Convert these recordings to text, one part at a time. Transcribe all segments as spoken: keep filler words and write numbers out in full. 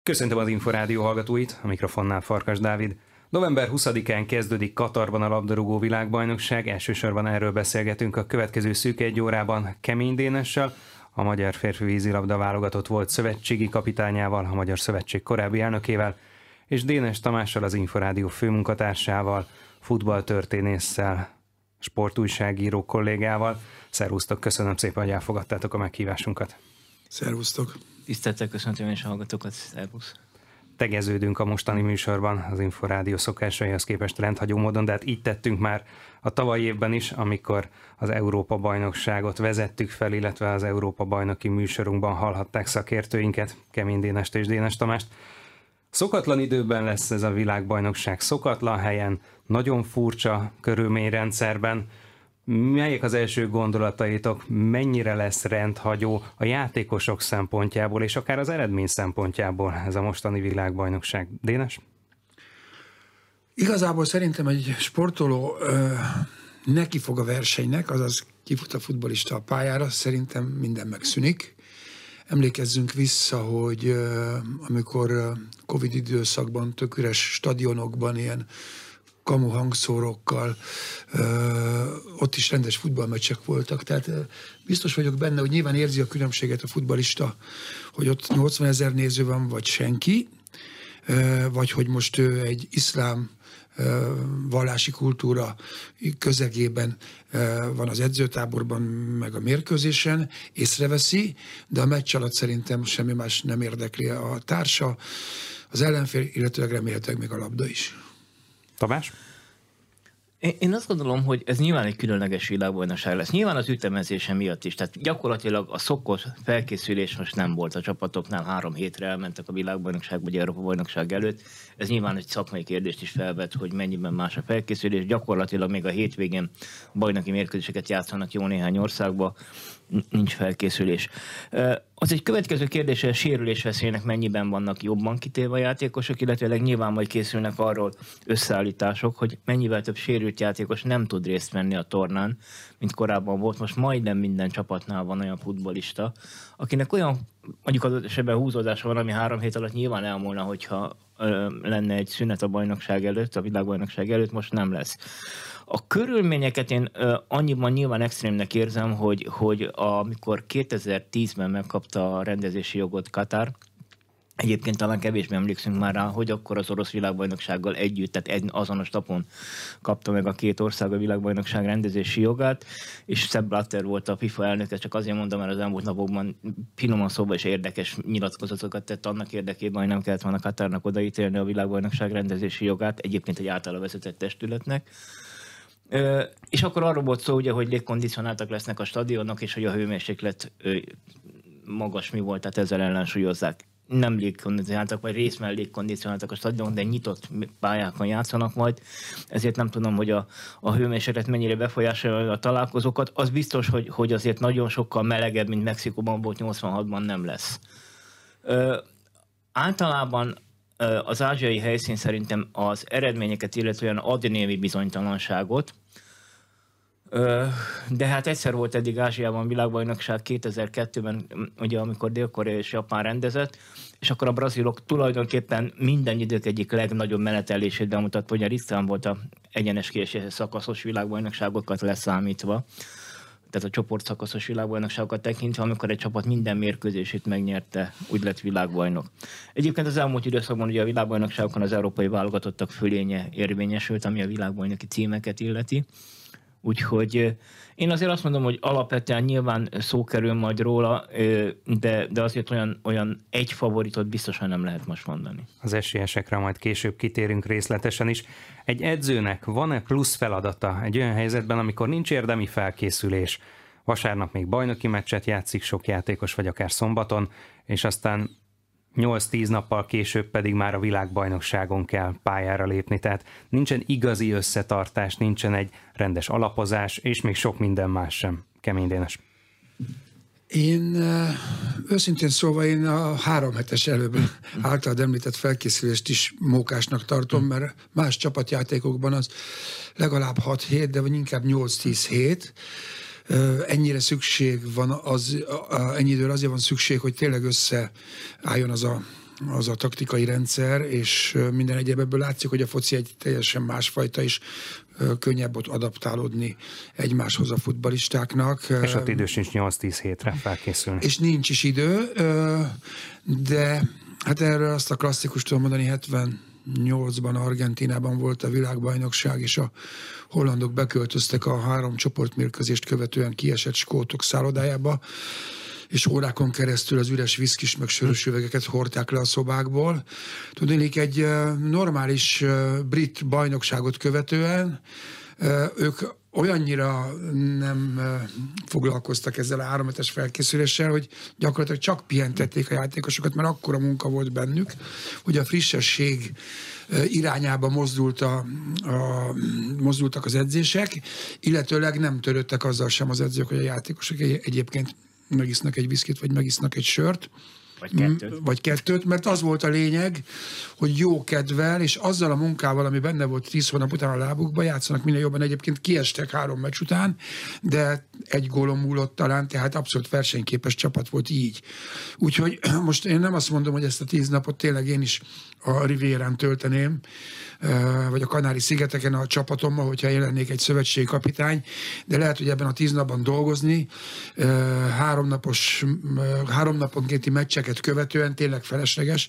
Köszöntöm az Inforádió hallgatóit, a mikrofonnál Farkas Dávid. november huszadikán kezdődik Katarban a labdarúgó világbajnokság, elsősorban erről beszélgetünk a következő szűk egy órában Kemény Dénessel, a magyar férfi vízilabda válogatott volt szövetségi kapitányával, a Magyar Szövetség korábbi elnökével, és Dénes Tamással, az Inforádió főmunkatársával, futballtörténésszel, sportújságíró kollégával. Szervusztok, köszönöm szépen, hogy elfogadtátok a meghívásunkat. Szervusztok. Tisztelettel köszöntöm és a hallgatókat, szervusz. Tegeződünk a mostani műsorban az Inforádió szokásaihoz képest rendhagyó módon, de hát így tettünk már a tavalyi évben is, amikor az Európa-bajnokságot vezettük fel, illetve az Európa-bajnoki műsorunkban hallhatták szakértőinket, Kemény Dénest és Dénes Tamást. Szokatlan időben lesz ez a világbajnokság, szokatlan helyen, nagyon furcsa körülményrendszerben. Melyek az első gondolataitok, mennyire lesz rendhagyó a játékosok szempontjából, és akár az eredmény szempontjából ez a mostani világbajnokság? Dénes? Igazából szerintem egy sportoló ö, neki fog a versenynek, azaz kifut a futballista a pályára, szerintem minden megszűnik. Emlékezzünk vissza, hogy ö, amikor Covid időszakban tök üres stadionokban ilyen kamu hangszórókkal, ö, ott is rendes futballmeccsek voltak, tehát ö, biztos vagyok benne, hogy nyilván érzi a különbséget a futballista, hogy ott nyolcvanezer néző van, vagy senki, ö, vagy hogy most ő egy iszlám ö, vallási kultúra közegében ö, van az edzőtáborban, meg a mérkőzésen, észreveszi, de a meccs alatt szerintem semmi más nem érdekli a társa, az ellenfél, illetőleg remélhetőleg még a labda is. Tamás? Én azt gondolom, hogy ez nyilván egy különleges világbajnokság lesz. Nyilván az ütemezése miatt is. Tehát gyakorlatilag a szokott felkészülés most nem volt a csapatoknál. Három hétre elmentek a világbajnokság vagy Európa bajnokság előtt. Ez nyilván egy szakmai kérdést is felvet, hogy mennyiben más a felkészülés. Gyakorlatilag még a hétvégén bajnoki mérkőzéseket játszanak jó néhány országba. Nincs felkészülés. Az egy következő kérdés, hogy a sérülés veszélynek mennyiben vannak jobban kitéve a játékosok, illetőleg nyilván majd készülnek arról összeállítások, hogy mennyivel több sérült játékos nem tud részt venni a tornán, mint korábban volt. Most majdnem minden csapatnál van olyan futballista, akinek olyan, mondjuk az esetben húzódása van, ami három hét alatt nyilván elmúlna, hogyha ö, lenne egy szünet a bajnokság előtt, a világbajnokság előtt, most nem lesz. A körülményeket én uh, annyiban nyilván extrémnek érzem, hogy, hogy amikor kétezer-tízben megkapta a rendezési jogot Katar, egyébként talán kevésbé emlékszünk már rá, hogy akkor az orosz világbajnoksággal együtt, tehát egy azonos napon kapta meg a két ország a világbajnokság rendezési jogát, és Sepp Blatter volt a FIFA elnöke, csak azért mondom, mert az elmúlt napokban finoman szóba is érdekes nyilatkozatokat tett annak érdekében, hogy nem kellett volna Katarnak odaítélni a világbajnokság rendezési jogát, egyébként egy általa vezetett testületnek. Ö, és akkor arról volt szó, ugye, hogy légkondicionáltak lesznek a stadionok, és hogy a hőmérséklet ö, magas mi volt, tehát ezzel ellensúlyozzák. Nem légkondicionáltak, vagy részben légkondicionáltak a stadionok, de nyitott pályákon játszanak majd, ezért nem tudom, hogy a, a hőmérséklet mennyire befolyásolja a találkozókat. Az biztos, hogy, hogy azért nagyon sokkal melegebb, mint Mexikóban volt nyolcvanhatban nem lesz. Ö, általában az ázsiai helyszín szerintem az eredményeket illetően ad némi bizonytalanságot, de hát egyszer volt eddig Ázsiában világbajnokság kétezer-kettőben, ugye amikor Dél-Korea és Japán rendezett, és akkor a brazilok tulajdonképpen minden idők egyik legnagyobb menetelését bemutatva, hogy a Risztán volt a egyenes kieséses szakaszos világbajnokságokat leszámítva, tehát a csoportszakaszos világbajnokságokat tekintve, amikor egy csapat minden mérkőzését megnyerte, úgy lett világbajnok. Egyébként az elmúlt időszakban ugye a világbajnokságokon az európai válogatottak fölénye érvényesült, ami a világbajnoki címeket illeti. Úgyhogy én azért azt mondom, hogy alapvetően nyilván szó kerül majd róla, de, de azért olyan, olyan egy favoritot biztosan nem lehet most mondani. Az esélyesekre majd később kitérünk részletesen is. Egy edzőnek van-e plusz feladata egy olyan helyzetben, amikor nincs érdemi felkészülés? Vasárnap még bajnoki meccset játszik sok játékos, vagy akár szombaton, és aztán nyolc-tíz nappal később pedig már a világbajnokságon kell pályára lépni. Tehát nincsen igazi összetartás, nincsen egy rendes alapozás, és még sok minden más sem. Kemény Dénes. Én őszintén szólva én a három hetes előbb általad említett felkészülést is mókásnak tartom, mert más csapatjátékokban az legalább hat hét, de vagy inkább nyolc-tíz hét. Ennyire szükség van, az, ennyi időre azért van szükség, hogy tényleg összeálljon az a az a taktikai rendszer, és minden egyéb ebből látszik, hogy a foci egy teljesen másfajta is, könnyebb ott adaptálódni egymáshoz a futballistáknak. És ott idő sincs nyolc-tíz hétre felkészülni. És nincs is idő, de hát erről azt a klasszikus tudom mondani, hetvennyolcban Argentínában volt a világbajnokság, és a hollandok beköltöztek a három csoportmérkőzést követően kiesett skótok szállodájába, és órákon keresztül az üres viszkis meg sörös üvegeket hordták le a szobákból. Tudnék, egy normális brit bajnokságot követően ők olyannyira nem foglalkoztak ezzel a háromhetes felkészüléssel, hogy gyakorlatilag csak pihentették a játékosokat, mert akkora munka volt bennük, hogy a frissesség irányába mozdult a, a, mozdultak az edzések, illetőleg nem törődtek azzal sem az edzők, hogy a játékosok egyébként megisznak egy viszkit, vagy megisznak egy sört, Vagy kettőt. Vagy kettőt, mert az volt a lényeg, hogy jó kedvel, és azzal a munkával, ami benne volt tíz hónap után a lábukba, játszanak minél jobban. Egyébként kiestek három meccs után, de egy gólon múlott talán, tehát abszolút versenyképes csapat volt így. Úgyhogy most én nem azt mondom, hogy ezt a tíz napot tényleg én is a Rivierán tölteném, vagy a Kanári-szigeteken a csapatommal, hogyha én lennék egy szövetségi kapitány, de lehet, hogy ebben a tíz napban dolgozni, háromnapos, háromnaponkénti meccseket követően tényleg felesleges,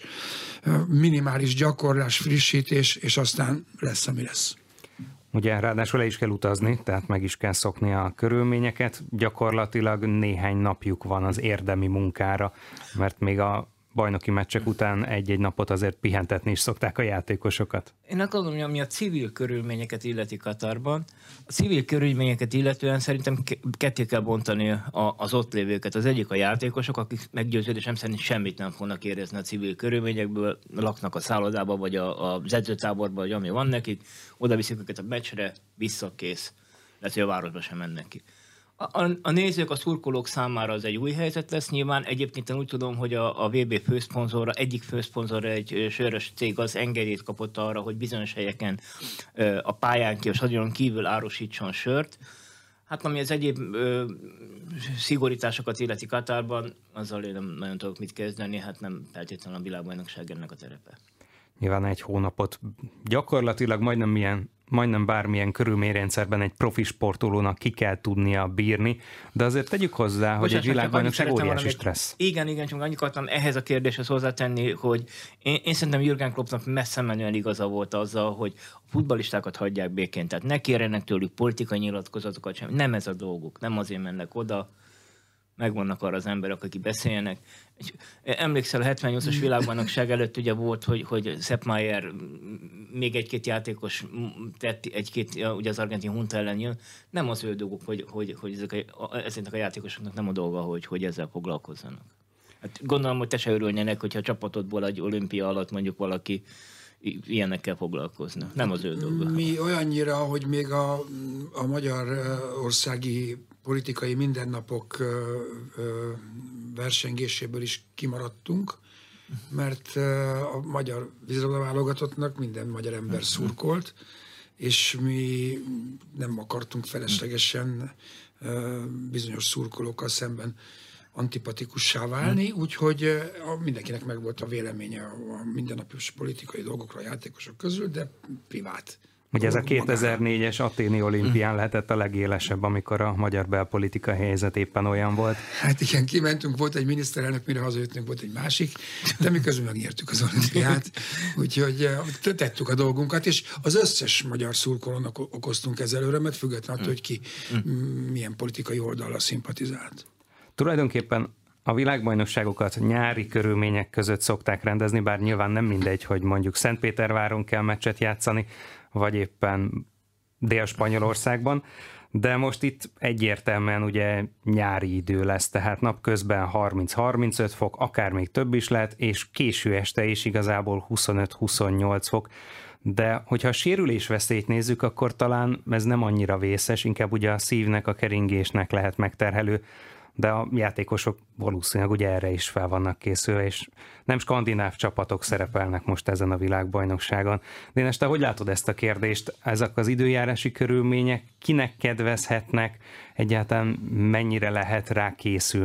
minimális gyakorlás, frissítés, és aztán lesz, ami lesz. Ugye ráadásul le is kell utazni, tehát meg is kell szokni a körülményeket. Gyakorlatilag néhány napjuk van az érdemi munkára, mert még a bajnoki meccsek után egy-egy napot azért pihentetni is szokták a játékosokat. Én azt gondolom, hogy ami a civil körülményeket illeti Katarban, a civil körülményeket illetően szerintem ketté kell bontani a, az ott lévőket. Az egyik a játékosok, akik meggyőződésem szerint semmit nem fognak érezni a civil körülményekből, laknak a szállodába, vagy a, az edzőtáborban, vagy ami van nekik, oda viszik őket a meccsre, visszakész. Lehet, hogy a városba sem mennek ki. A, a nézők, a szurkolók számára az egy új helyzet lesz nyilván. Egyébként én úgy tudom, hogy a, a vé bé főszponzora, egyik főszponzora egy sörös cég az engedélyt kapott arra, hogy bizonyos helyeken a pályán ki, a stadionon kívül árusítson sört. Hát ami az egyéb ö, szigorításokat illeti Katárban, azzal én nem nagyon tudok mit kezdeni, hát nem feltétlenül a világbajnokság ennek a terepe. Nyilván egy hónapot gyakorlatilag majdnem milyen majdnem bármilyen körülményrendszerben egy profi sportolónak ki kell tudnia bírni, de azért tegyük hozzá, Bocsánat, hogy egy világbajnokság óriási stressz. Igen, igen, csak annyit akartam ehhez a kérdéshez hozzátenni, hogy én, én szerintem Jürgen Kloppnak messze menően igaza volt azzal, hogy a futballistákat hagyják békén, tehát ne kérjenek tőlük politikai nyilatkozatokat sem, nem ez a dolguk, nem azért mennek oda, megvannak arra az emberek, akik beszéljenek. Emlékszel, a hetvennyolcas világbajnokság előtt ugye volt, hogy, hogy Sepp Maier még egy-két játékos tett, egy-két, ugye az argentin hunta ellen jön. Nem az ő dolguk, hogy, hogy, hogy ezek a, ezeknek a játékosoknak nem a dolga, hogy, hogy ezzel foglalkozzanak. Hát gondolom, hogy te se örülnének, hogyha a csapatodból egy olimpia alatt mondjuk valaki ilyenekkel foglalkozna. Nem az ő dolga. Mi olyannyira, hogy még a, a magyar országi politikai mindennapok ö, ö, versengéséből is kimaradtunk, mert a magyar vízilabda-válogatottnak minden magyar ember szurkolt, és mi nem akartunk feleslegesen ö, bizonyos szurkolókkal szemben antipatikussá válni, úgyhogy mindenkinek megvolt a véleménye a mindennapos politikai dolgokra a játékosok közül, de privát. Ugye ez a kétezer-négyes aténi olimpián lehetett a legélesebb, amikor a magyar belpolitika helyzet éppen olyan volt. Hát igen, kimentünk, volt egy miniszterelnök, mire hazajöttünk, volt egy másik, de mi közben megnyertük az olimpiát, úgyhogy tettük a dolgunkat, és az összes magyar szurkolónak okoztunk ezzel örömet, függetlenül attól, hogy ki milyen politikai oldallal szimpatizált. Tulajdonképpen a világbajnokságokat nyári körülmények között szokták rendezni, bár nyilván nem mindegy, hogy mondjuk Szentpéterváron kell meccset játszani, vagy éppen Dél-Spanyolországban, de most itt egyértelműen ugye nyári idő lesz, tehát napközben harminc-harmincöt fok, akár még több is lehet, és késő este is igazából huszonöt-huszonnyolc fok. De hogyha a sérülésveszélyt nézzük, akkor talán ez nem annyira vészes, inkább ugye a szívnek, a keringésnek lehet megterhelő, de a játékosok valószínűleg ugye erre is fel vannak készülve, és nem skandináv csapatok szerepelnek most ezen a világbajnokságon. Dénes, te hogy látod ezt a kérdést? Ezek az időjárási körülmények kinek kedvezhetnek? Egyáltalán mennyire lehet rá készülni?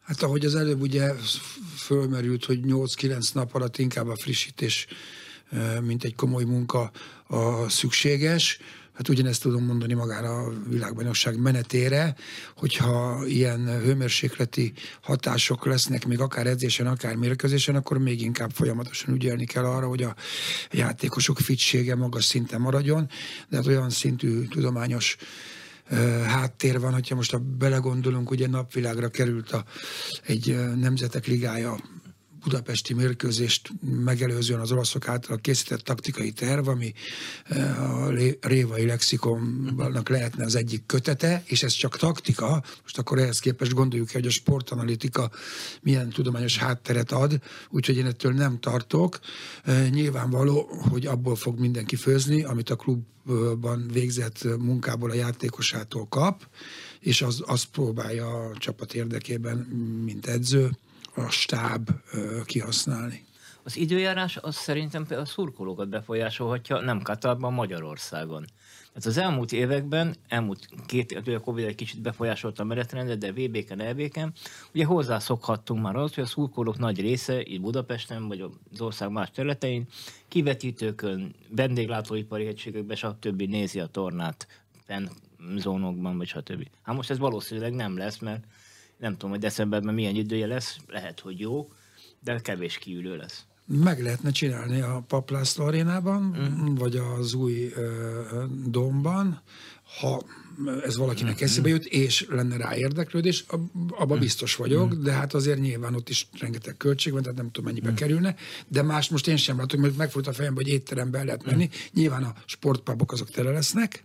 Hát ahogy az előbb ugye fölmerült, hogy nyolc-kilenc nap alatt inkább a frissítés, mint egy komoly munka a szükséges. Hát ugyanezt tudom mondani magára a világbajnokság menetére, hogyha ilyen hőmérsékleti hatások lesznek még akár edzésen, akár mérkőzésen, akkor még inkább folyamatosan ügyelni kell arra, hogy a játékosok fittsége magas szinten maradjon, de hát olyan szintű tudományos háttér van, hogyha most a belegondolunk, ugye napvilágra került a, egy Nemzetek Ligája budapesti mérkőzést megelőzően az olaszok által készített taktikai terv, ami a révai lexikonnak lehetne az egyik kötete, és ez csak taktika, most akkor ehhez képest gondoljuk, hogy a sportanalitika milyen tudományos hátteret ad, úgyhogy én ettől nem tartok. Nyilvánvaló, hogy abból fog mindenki főzni, amit a klubban végzett munkából a játékosától kap, és az, azt próbálja a csapat érdekében, mint edző, a stáb kihasználni. Az időjárás az szerintem például a szurkolókat befolyásolhatja, nem Katarban, Magyarországon. Tehát az elmúlt években, elmúlt két, a Covid egy kicsit befolyásolta a menetrendet, de vé bé-ken, el bé-ken, ugye hozzászokhattunk már az, hogy a szurkolók nagy része, itt Budapesten, vagy az ország más területein, kivetítőkön, vendéglátóipari egységekben, stb. Nézi a tornát, fennzónokban, vagy stb. Hát most ez valószínűleg nem lesz, mert nem tudom, hogy decemberben milyen idője lesz, lehet, hogy jó, de kevés kiülő lesz. Meg lehetne csinálni a Papp László arénában, mm. vagy az új uh, Dómban, ha ez valakinek eszébe jut, és lenne rá érdeklődés, abban biztos vagyok, de hát azért nyilván ott is rengeteg költség van, tehát nem tudom, mennyibe kerülne, de más most én sem látok, mert megfordult a fejembe, hogy étterembe lehet menni. Nyilván a sportpubok azok tele lesznek,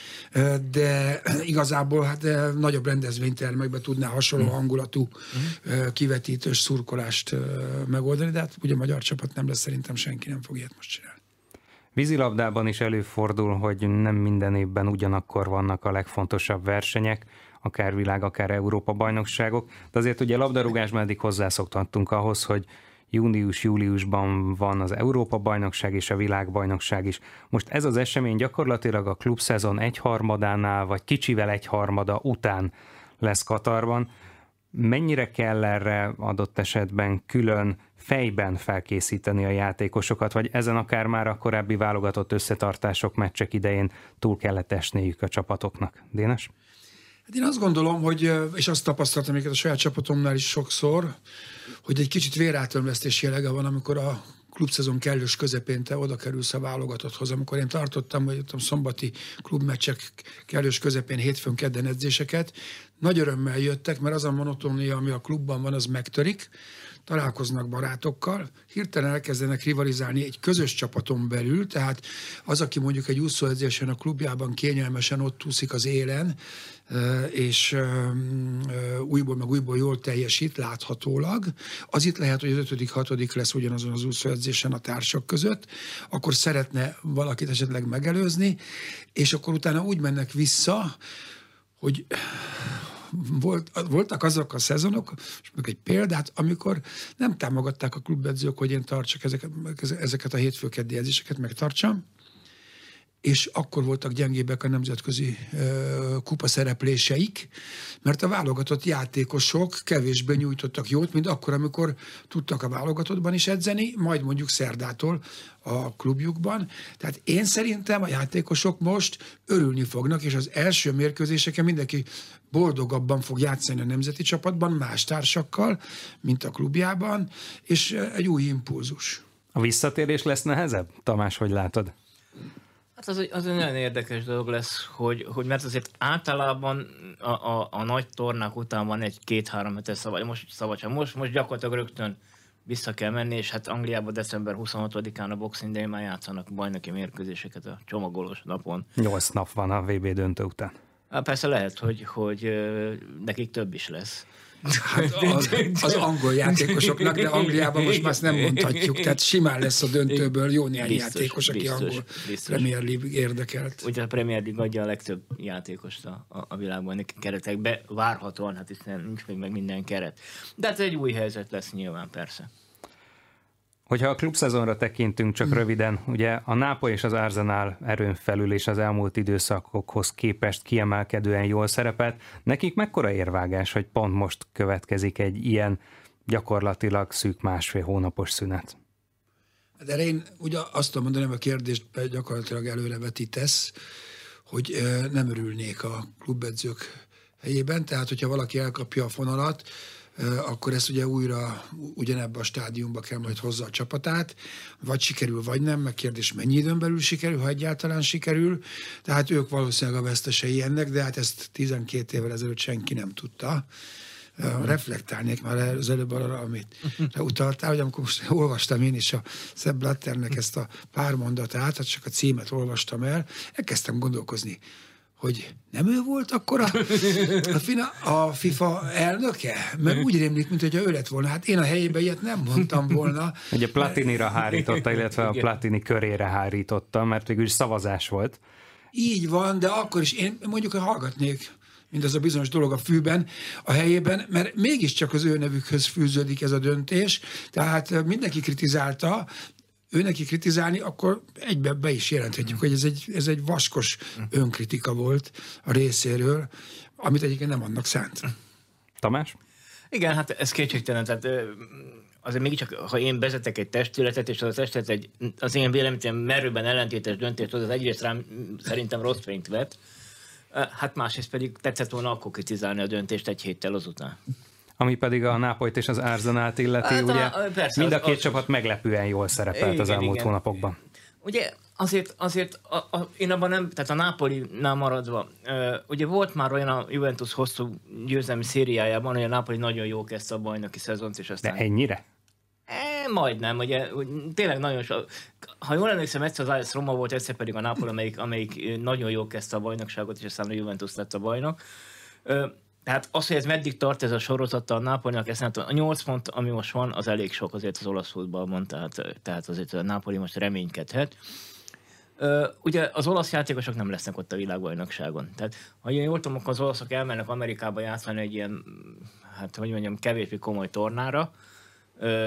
de igazából hát nagyobb rendezvénytermekben tudná hasonló hangulatú kivetítős szurkolást megoldani, de hát ugye a magyar csapat nem lesz, szerintem senki nem fog ilyet most csinálni. Vízilabdában is előfordul, hogy nem minden évben ugyanakkor vannak a legfontosabb versenyek, akár világ, akár Európa-bajnokságok, de azért ugye labdarúgásban eddig hozzászoktattunk ahhoz, hogy június-júliusban van az Európa-bajnokság és a világbajnokság is. Most ez az esemény gyakorlatilag a klubszezon egyharmadánál, vagy kicsivel egyharmada után lesz Katarban. Mennyire kell erre adott esetben külön fejben felkészíteni a játékosokat, vagy ezen akár már a korábbi válogatott összetartások, meccsek idején túl kellett esniük a csapatoknak? Dénes? Hát én azt gondolom, hogy, és azt tapasztaltam amiket a saját csapatomnál is sokszor, hogy egy kicsit vérátömlesztés jellege van, amikor a klubszezon kellős közepén te oda kerülsz a válogatotthoz. Amikor én tartottam, vagy tudom, szombati klubmeccsek kellős közepén hétfőn kedden edzéseket, nagy örömmel jöttek, mert az a monotónia, ami a klubban van, az megtörik, találkoznak barátokkal, hirtelen elkezdenek rivalizálni egy közös csapaton belül, tehát az, aki mondjuk egy úszóedzésen a klubjában kényelmesen ott úszik az élen, és újból meg újból jól teljesít, láthatólag, az itt lehet, hogy az ötödik, hatodik lesz ugyanazon az úszóedzésen a társak között, akkor szeretne valakit esetleg megelőzni, és akkor utána úgy mennek vissza, hogy Volt, voltak azok a szezonok, és meg egy példát, amikor nem támogatták a klubedzők, hogy én tartsak ezeket, ezeket a hétfőkeddi edzéseket, megtartsam, és akkor voltak gyengébbek a nemzetközi uh, kupa szerepléseik, mert a válogatott játékosok kevésbé nyújtottak jót, mint akkor, amikor tudtak a válogatottban is edzeni, majd mondjuk szerdától a klubjukban. Tehát én szerintem a játékosok most örülni fognak, és az első mérkőzéseken mindenki boldogabban fog játszani a nemzeti csapatban, más társakkal, mint a klubjában, és egy új impulzus. A visszatérés lesz nehezebb? Tamás, hogy látod? Hát az, az egy nagyon érdekes dolog lesz, hogy, hogy mert azért általában a, a, a nagy tornák után van egy két-három hetes szabad, most szabadság. Most, most gyakorlatilag rögtön vissza kell menni, és hát Angliában december huszonhatodikán a Boxing Day már játszanak bajnoki mérkőzéseket a csomagolós napon. Nyolc nap van a vé bé döntő után. Hát persze lehet, hogy, hogy nekik több is lesz. Hát az, az angol játékosoknak, de Angliában most már ezt nem mondhatjuk, tehát simán lesz a döntőből jó néhány biztos, játékos, aki biztos, angol biztos. Premier League érdekelt. Ugye a Premier League adja a legtöbb játékost a, a világban keretekbe, várhatóan, hát hiszen nincs még meg minden keret. De ez egy új helyzet lesz nyilván, persze. Hogyha a klubszezonra tekintünk csak röviden, ugye a Nápoly és az Arsenal erőn felül és az elmúlt időszakokhoz képest kiemelkedően jól szerepelt. Nekik mekkora érvágás, hogy pont most következik egy ilyen gyakorlatilag szűk másfél hónapos szünet? De én ugye azt tudom mondani, hogy a kérdést gyakorlatilag előrevetítesz, hogy nem örülnék a klubedzők helyében, tehát hogyha valaki elkapja a fonalat, akkor ezt ugye újra ugyanebbe a stádiumba kell majd hozza a csapatát, vagy sikerül, vagy nem, meg kérdés, mennyi időn belül sikerül, ha egyáltalán sikerül, tehát ők valószínűleg a vesztesei ennek, de hát ezt tizenkét évvel ezelőtt senki nem tudta. Reflektálnék már az előbb arra, amit utaltál, hogy amikor most olvastam én is a Sepp Blatternek ezt a pár mondatát, hát csak a címet olvastam el, elkezdtem gondolkozni, hogy nem ő volt akkor a, a, fina, a FIFA elnöke? Mert úgy rémlik, mint hogyha ő lett volna. Hát én a helyében ilyet nem mondtam volna. Ugye Platinira hárította, illetve a Platini körére hárította, mert végül is szavazás volt. Így van, de akkor is én mondjuk, hogy hallgatnék mindaz a bizonyos dolog a fűben, a helyében, mert mégiscsak az ő nevükhöz fűződik ez a döntés, tehát mindenki kritizálta, ő neki kritizálni, akkor egybe be is jelenthetjük, hogy ez egy, ez egy vaskos önkritika volt a részéről, amit egyébként nem annak szánt. Tamás? Igen, hát ez kétségtelen, tehát azért mégiscsak, ha én vezetek egy testületet, és az a testület egy, az én véleményem merőben ellentétes döntést hoz, az egyrészt rám szerintem rossz fényt vett, hát másrészt pedig tetszett volna akkor kritizálni a döntést egy héttel azután. Ami pedig a Nápolyt és az Arsenalt illeti, hát, ugye a, persze, mind a két az, csapat az, meglepően jól szerepelt igen, az elmúlt igen. hónapokban. Ugye azért, azért a, a, én abban nem, tehát a Nápolinál maradva, uh, ugye volt már olyan a Juventus hosszú győzelmi szériájában, hogy a Nápoli nagyon jó kezdte a bajnoki szezont, és aztán... De ennyire? E, majdnem, ugye tényleg nagyon sok. Ha jól emlékszem, egyszer az Ajax Roma volt, egyszer pedig a Nápoli, amelyik, amelyik nagyon jól kezdte a bajnokságot, és aztán a Juventus lett a bajnok. Uh, Tehát az, hogy ez meddig tart ez a sorozata a Nápolynak, ezt nem tudom, a nyolc pont, ami most van, az elég sok azért az olasz futballban, tehát, tehát azért a Nápoly most reménykedhet. Uh, ugye az olasz játékosok nem lesznek ott a világbajnokságon. Tehát, ha én jól tudom, akkor az olaszok elmennek Amerikába játszani egy ilyen, hát hogy mondjam, kevésbé komoly tornára. Uh,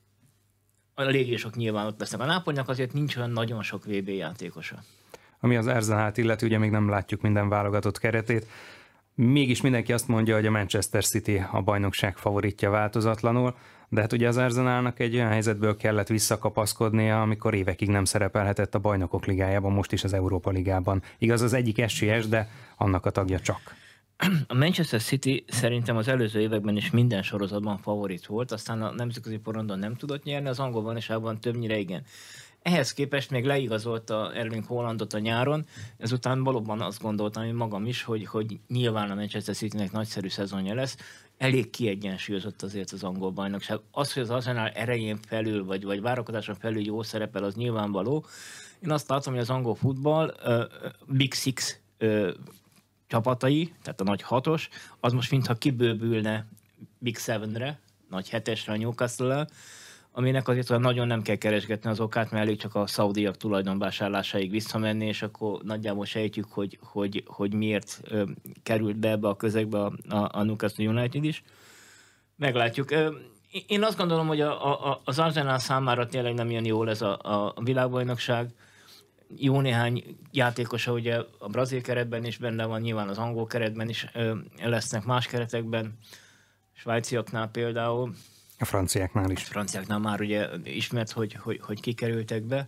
a légiósok nyilván ott lesznek. A Nápolynak azért nincs olyan nagyon sok vé bé játékosa. Ami az Arsenalt illeti, ugye még nem látjuk minden válogatott keretét. Mégis mindenki azt mondja, hogy a Manchester City a bajnokság favoritja változatlanul, de hát ugye az Arsenalnak egy olyan helyzetből kellett visszakapaszkodnia, amikor évekig nem szerepelhetett a Bajnokok Ligájában, most is az Európa Ligában. Igaz, az egyik esélyes, de annak a tagja csak. A Manchester City szerintem az előző években is minden sorozatban favorit volt, aztán a nemzetközi porondon nem tudott nyerni, az angol bajnokságban többnyire igen. Ehhez képest még leigazolta Erling Haalandot a nyáron, ezután valóban azt gondoltam én magam is, hogy, hogy nyilván a Manchester Citynek nagyszerű szezonja lesz, elég kiegyensúlyozott azért az angol bajnokság. Az, hogy az Arsenal erején felül, vagy, vagy várakozáson felül jó szerepel, az nyilvánvaló. Én azt látom, hogy az angol futball uh, Big Six uh, csapatai, tehát a nagy hatos, az most mintha kibővülne Big Sevenre, nagy hetesre a Newcastle-el, aminek azért nagyon nem kell keresgetni az okát, mert elég csak a szaudiak tulajdonvásárlásáig visszamenni, és akkor nagyjából sejtjük, hogy, hogy, hogy miért ö, került be ebbe a közegbe a, a, a Newcastle United is. Meglátjuk. Én azt gondolom, hogy a, a, az Arsenal számára tényleg nem ilyen jól ez a, a világbajnokság. Jó néhány játékosa ugye a brazil keretben is benne van, nyilván az angol keretben is ö, lesznek más keretekben, svájciaknál például. A franciáknál is. A franciáknál már ugye ismert, hogy, hogy, hogy kikerültek be.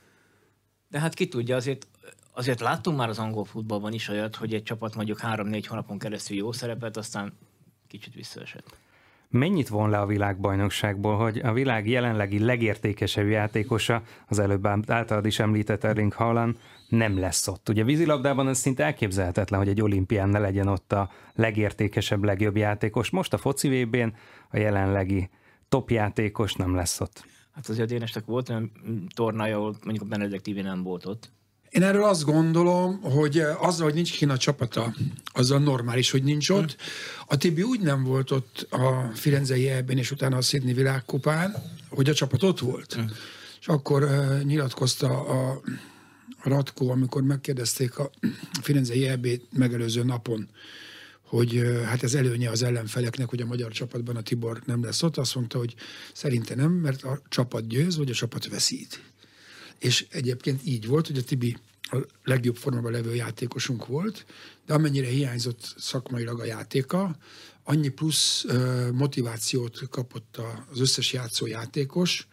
De hát ki tudja, azért, azért láttunk már az angol futballban is olyat, hogy egy csapat mondjuk három-négy hónapon keresztül jó szerepet, aztán kicsit visszaesett. Mennyit von le a világbajnokságból, hogy a világ jelenlegi legértékesebb játékosa, az előbb általad is említett Erling Haaland, nem lesz ott. Ugye vízilabdában ez szinte elképzelhetetlen, hogy egy olimpián ne legyen ott a legértékesebb, legjobb játékos. Most a foci vé bén a jelenlegi top játékos nem lesz ott. Hát azért Dénesnek volt olyan tornája, ahol mondjuk a Benedek té vé nem volt ott. Én erről azt gondolom, hogy azzal, hogy nincs Kína csapata, azzal normális, hogy nincs ott. A Tibi úgy nem volt ott a Firenzei E-ben és utána a Sydney világkupán, hogy a csapat ott volt. Mm. És akkor uh, nyilatkozta a, a Ratko, amikor megkérdezték a Firenzei E-bét megelőző napon, hogy hát ez előnye az ellenfeleknek, hogy a magyar csapatban a Tibor nem lesz ott. Azt mondta, hogy szerinte nem, mert a csapat győz, vagy a csapat veszít. És egyébként így volt, hogy a Tibi a legjobb formában levő játékosunk volt, de amennyire hiányzott szakmailag a játéka, annyi plusz motivációt kapott az összes játszó játékos,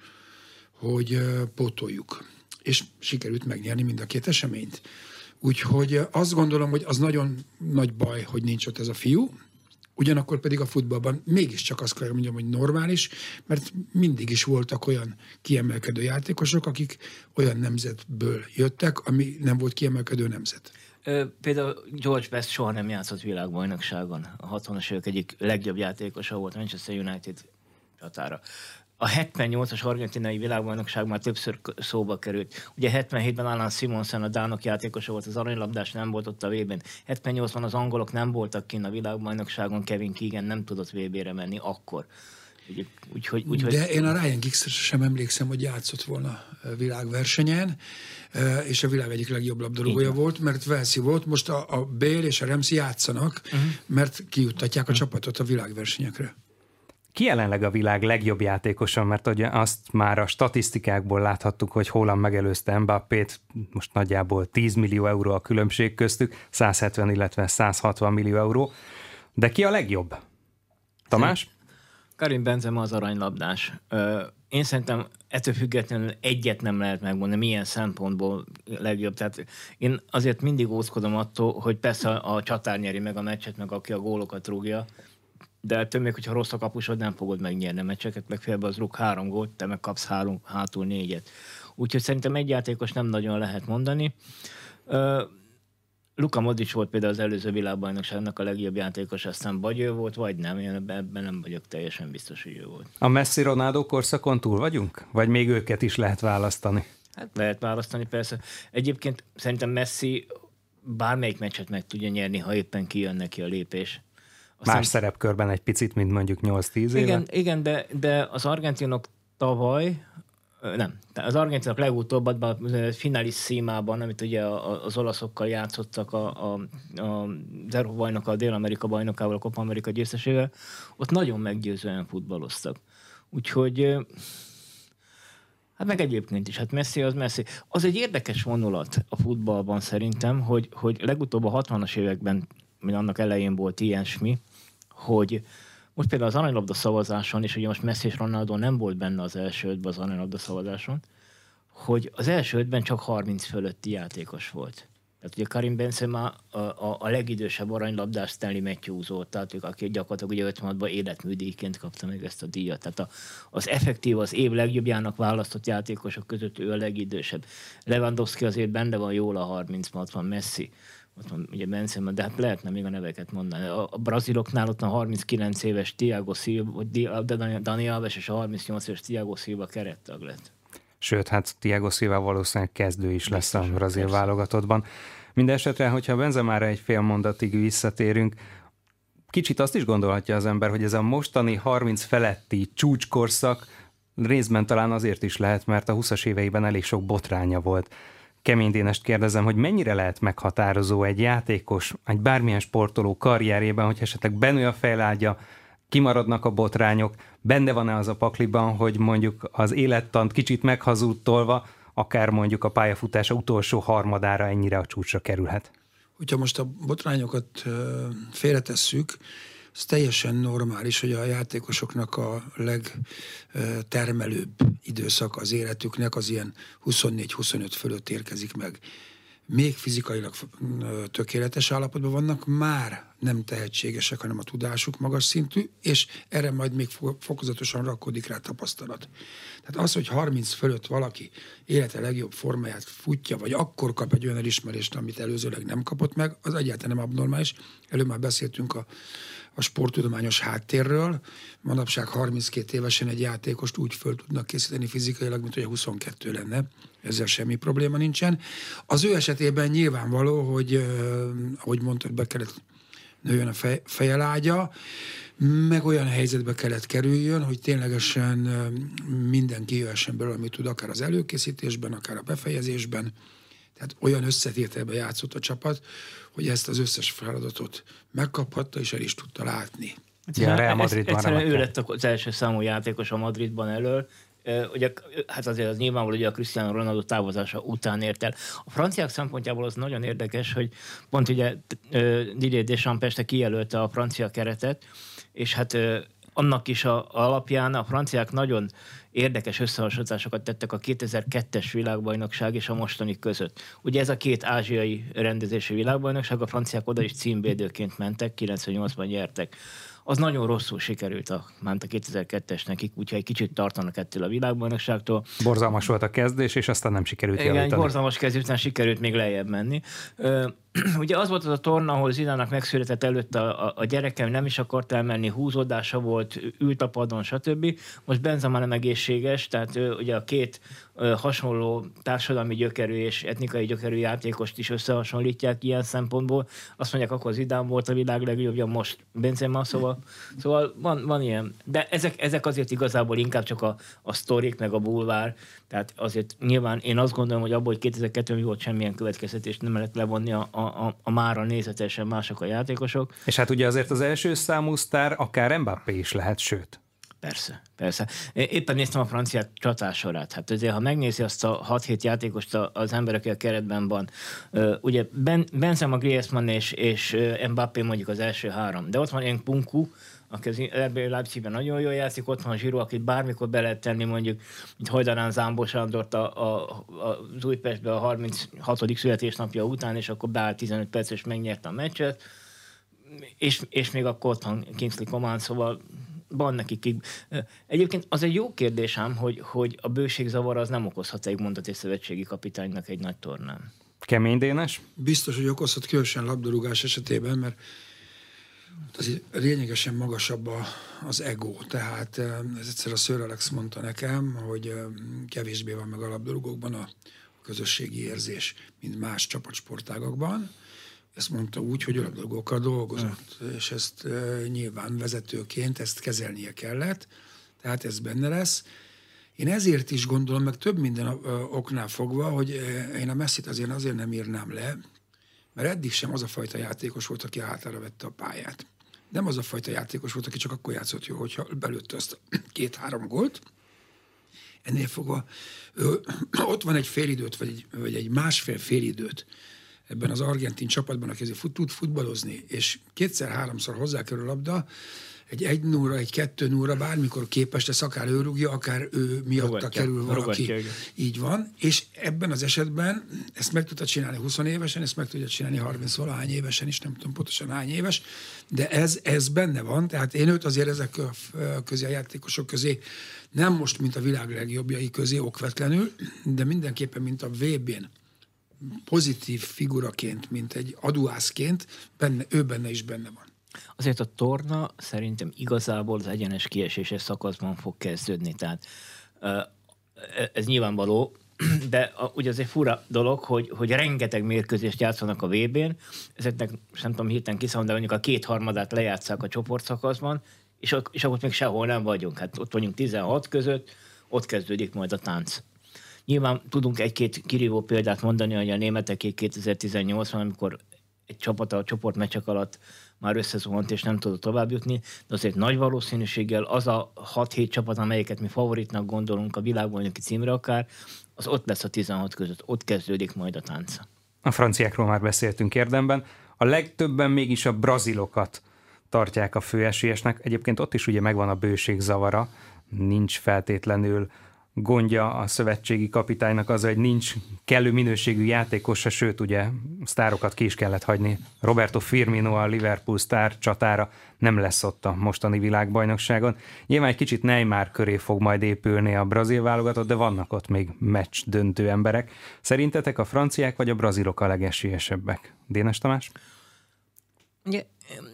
hogy pótoljuk. És sikerült megnyerni mind a két eseményt. Úgyhogy azt gondolom, hogy az nagyon nagy baj, hogy nincs ott ez a fiú, ugyanakkor pedig a futballban mégiscsak azt kell mondjam, hogy normális, mert mindig is voltak olyan kiemelkedő játékosok, akik olyan nemzetből jöttek, ami nem volt kiemelkedő nemzet. Ö, például George Best soha nem játszott világbajnokságon. A hatvanas évek egyik legjobb játékosa volt Manchester United csatára. A hetvennyolcas argentinai világbajnokság már többször szóba került. Ugye hetvenhétben Alan Simonsen, a dánok játékosa volt, az aranylabdás nem volt ott a vében. hetvennyolcban az angolok nem voltak kint a világbajnokságon, Kevin Keegan nem tudott vé bére menni akkor. Úgy, úgy, úgy, De én a Ryan Giggs-re sem emlékszem, hogy játszott volna világversenyen, és a világ egyik legjobb labdarúgója volt, mert Velszi volt. Most a, a Bale és a Ramsey játszanak, uh-huh. mert kijuttatják a uh-huh. csapatot a világversenyekre. Ki jelenleg a világ legjobb játékosa, mert ugye azt már a statisztikákból láthattuk, hogy Haaland megelőzte Mbappét, most nagyjából tíz millió euró a különbség köztük, száz hetven, illetve száz hatvan millió euró. De ki a legjobb? Tamás? Karim Benzema az aranylabdás. Én szerintem ettől függetlenül egyet nem lehet megmondani, milyen szempontból legjobb. Tehát én azért mindig óckodom attól, hogy persze a csatár nyeri meg a meccset, meg aki a gólokat rúgja, de ettől még, hogyha rossz a kapusod, nem fogod megnyerni a meccseket, legfeljebb az rúg három gólt, te meg kapsz három, hátul négyet. Úgyhogy szerintem egy játékos nem nagyon lehet mondani. Uh, Luka Modric volt például az előző világbajnokságnak a legjobb játékos, aztán vagy ő volt, vagy nem. Én ebben nem vagyok teljesen biztos, hogy ő volt. A Messi-Ronaldo korszakon túl vagyunk? Vagy még őket is lehet választani? Hát lehet választani, persze. Egyébként szerintem Messi bármelyik meccset meg tudja nyerni, ha éppen kijön neki a lépés. Aztán... Más szerepkörben egy picit, mint mondjuk nyolc-tíz éve? Igen, igen de, de az argentinok tavaly, nem, az argentinok legutóbb a finalissímában, amit ugye az olaszokkal játszottak a, a, a, az Európa bajnoka, a Dél-Amerika bajnokával, a Copa Amerika győztesével, ott nagyon meggyőzően futballoztak. Úgyhogy hát meg egyébként is, hát Messi az Messi. Az egy érdekes vonulat a futballban szerintem, hogy, hogy legutóbb a hatvanas években, mint annak elején volt ilyesmi, hogy most például az aranylabda szavazáson, és ugye most Messi és Ronaldo nem volt benne az első ötben az aranylabda szavazáson, hogy az első ötben csak harminc fölötti játékos volt. Tehát ugye Karim Benzema a, a, a legidősebb aranylabdás Stanley Matthews volt, tehát ők, aki gyakorlatilag ugye ötvenhatban életműdíjként kapta meg ezt a díjat. Tehát a, az effektív, az év legjobbjának választott játékosok között ő a legidősebb. Lewandowski azért benne van jól a harmincban, ott van Messi, ott van ugye Benzema, de hát lehetne még a neveket mondani. A, a braziloknál ott a harminckilenc éves Thiago Silva, Dani Alves és a harmincnyolc éves Thiago Silva kerettag lett. Sőt, hát Thiago Silva valószínűleg kezdő is lesz a brazil válogatottban. Mindenesetre, hogyha Benzemára egy fél mondatig visszatérünk, kicsit azt is gondolhatja az ember, hogy ez a mostani harminc feletti csúcskorszak részben talán azért is lehet, mert a huszas éveiben elég sok botránya volt. Kemény Dénest kérdezem, hogy mennyire lehet meghatározó egy játékos, egy bármilyen sportoló karrierjében, hogy esetleg benő a fejlágya, kimaradnak a botrányok, benne van-e az a pakliban, hogy mondjuk az élettant kicsit meghazudtolva, akár mondjuk a pályafutása utolsó harmadára ennyire a csúcsra kerülhet? Hogyha most a botrányokat félretesszük, ez teljesen normális, hogy a játékosoknak a legtermelőbb időszak az életüknek az ilyen huszonnégy-huszonöt fölött érkezik meg. Még fizikailag tökéletes állapotban vannak, már nem tehetségesek, hanem a tudásuk magas szintű, és erre majd még fokozatosan rakódik rá tapasztalat. Tehát az, hogy harminc fölött valaki élete legjobb formáját futja, vagy akkor kap egy olyan elismerést, amit előzőleg nem kapott meg, az egyáltalán nem abnormális. Előbb már beszéltünk a, a sporttudományos háttérről. Manapság harminckét évesen egy játékost úgy föl tudnak készíteni fizikailag, mint hogy huszonkettő lenne. Ezzel semmi probléma nincsen. Az ő esetében nyilvánvaló, hogy eh, ahogy mondtad, be kellett nőjön a fej, fejelágya, meg olyan helyzetbe kellett kerüljön, hogy ténylegesen mindenki jöhessen belőle, amit tud, akár az előkészítésben, akár a befejezésben. Tehát olyan összetételben játszott a csapat, hogy ezt az összes feladatot megkaphatta, és el is tudta látni. Ja, Real Madridban egyszerűen ő lett az első számú játékos a Madridban elől. Ugye, hát azért az nyilvánvaló, hogy a Cristiano Ronaldo távozása után ért el. A franciák szempontjából az nagyon érdekes, hogy pont ugye Didier Deschamps este kijelölte a francia keretet, és hát annak is a, alapján a franciák nagyon érdekes összehasonlításokat tettek a kétezer-kettes világbajnokság és a mostani között. Ugye ez a két ázsiai rendezési világbajnokság, a franciák oda is címvédőként mentek, kilencvennyolcban nyertek. Az nagyon rosszul sikerült a, ment a kétezer-kettes nekik, úgyhogy egy kicsit tartanak ettől a világbajnokságtól. Borzalmas volt a kezdés, és aztán nem sikerült javítani. Igen, borzalmas kezdés, után sikerült még lejjebb menni. Ugye az volt az a torna, ahol Zidának megszületett előtt a, a, a gyerekem, nem is akart elmenni, húzódása volt, ült a padon, stb. Most Benzema nem egészséges, tehát ugye a két hasonló társadalmi gyökerű és etnikai gyökerű játékost is összehasonlítják ilyen szempontból. Azt mondják, akkor Zidane volt a világ legjobbja, most Benzema, szóval, szóval van, van ilyen. De ezek, ezek azért igazából inkább csak a, a sztorik, meg a bulvár. Tehát azért nyilván én azt gondolom, hogy abból, hogy kétezer-kettőben mi volt, semmilyen következtetést nem lehet levonni a, a, a, a mára nézetesen mások a játékosok. És hát ugye azért az első számú sztár akár Mbappé is lehet, sőt. Persze, persze. Éppen néztem a franciák csatársorát. Hát azért, ha megnézi azt a hat-hét játékost az ember, aki a keretben van, ugye ben, Benzema, Griezmann és, és Mbappé mondjuk az első három, de ott van Nkunku, aki az er bé Leipzigben nagyon jól játszik, ott van Giroud, akit bármikor be lehet tenni, mondjuk, mint Hajdanán Zámbó Sándort a, a, a, az Újpestbe a harminchatodik születésnapja után, és akkor beállt tizenöt perc, és megnyerte a meccset, és, és még akkor ott van Kingsley Coman, szóval van nekik. Egyébként az egy jó kérdésem, hogy, hogy a bőségzavar az nem okozhat egy mondat egy szövetségi kapitánynak egy nagy tornán. Kemény Dénes? Biztos, hogy okozhat, különösen labdarúgás esetében, mert az lényegesen magasabb a, az ego. Tehát ez egyszer a Sir Alex mondta nekem, hogy kevésbé van meg a labdarúgókban a közösségi érzés, mint más csapatsportágakban. Ezt mondta úgy, hogy a labdarúgókkal dolgozott, mm. és ezt e, nyilván vezetőként ezt kezelnie kellett, tehát ez benne lesz. Én ezért is gondolom, meg több minden e, oknál fogva, hogy e, én a Messit azért azért nem írnám le, mert eddig sem az a fajta játékos volt, aki hátára vette a pályát. Nem az a fajta játékos volt, aki csak akkor játszott jó, hogyha belőtte azt két-három gólt. Ennél fogva ö, ott van egy félidőt, vagy egy, vagy egy másfél félidőt ebben az argentin csapatban, aki azért fut, tud futballozni, és kétszer-háromszor hozzákerül a labda, egy egy nulla, egy kettő nulla, bármikor képes lesz, akár ő rúgja, akár ő miatta rogatja, kerül valaki. Rogatja. Így van, és ebben az esetben ezt meg tudta csinálni húsz évesen, ezt meg tudja csinálni harminc-valahány évesen is, nem tudom pontosan hány éves, de ez, ez benne van, tehát én őt azért ezek közé a játékosok közé, nem most, mint a világ legjobbjai közé okvetlenül, de mindenképpen, mint a vé bén pozitív figuraként, mint egy aduászként, benne, ő benne is benne van. Azért a torna szerintem igazából az egyenes kieséses szakaszban fog kezdődni, tehát ez nyilvánvaló, de ugye az egy fura dolog, hogy, hogy rengeteg mérkőzést játszanak a vé bén, ezeknek nem tudom hirtelen kiszámolni, de mondjuk a kétharmadát lejátsszák a csoportszakaszban, és, és akkor még sehol nem vagyunk. Hát ott vagyunk tizenhat között, ott kezdődik majd a tánc. Nyilván tudunk egy-két kirívó példát mondani, hogy a németeké kétezer-tizennyolcban, amikor egy csapat a csoportmeccsek alatt már összezuhant és nem tudott tovább jutni, de azért nagy valószínűséggel az a hat-hét csapat, amelyeket mi favoritnak gondolunk a világbajnoki címre akár, az ott lesz a tizenhat között, ott kezdődik majd a tánc. A franciákról már beszéltünk érdemben. A legtöbben mégis a brazilokat tartják a főesélyesnek. Egyébként ott is ugye megvan a bőség zavara, nincs feltétlenül gondja a szövetségi kapitánynak az, hogy nincs kellő minőségű játékosa, sőt ugye sztárokat ki is kellett hagyni. Roberto Firmino, a Liverpool sztár csatára nem lesz ott a mostani világbajnokságon. Nyilván egy kicsit Neymar köré fog majd épülni a brazil válogatott, de vannak ott még meccs döntő emberek. Szerintetek a franciák vagy a brazilok a legesélyesebbek? Dénes Tamás? Ugye,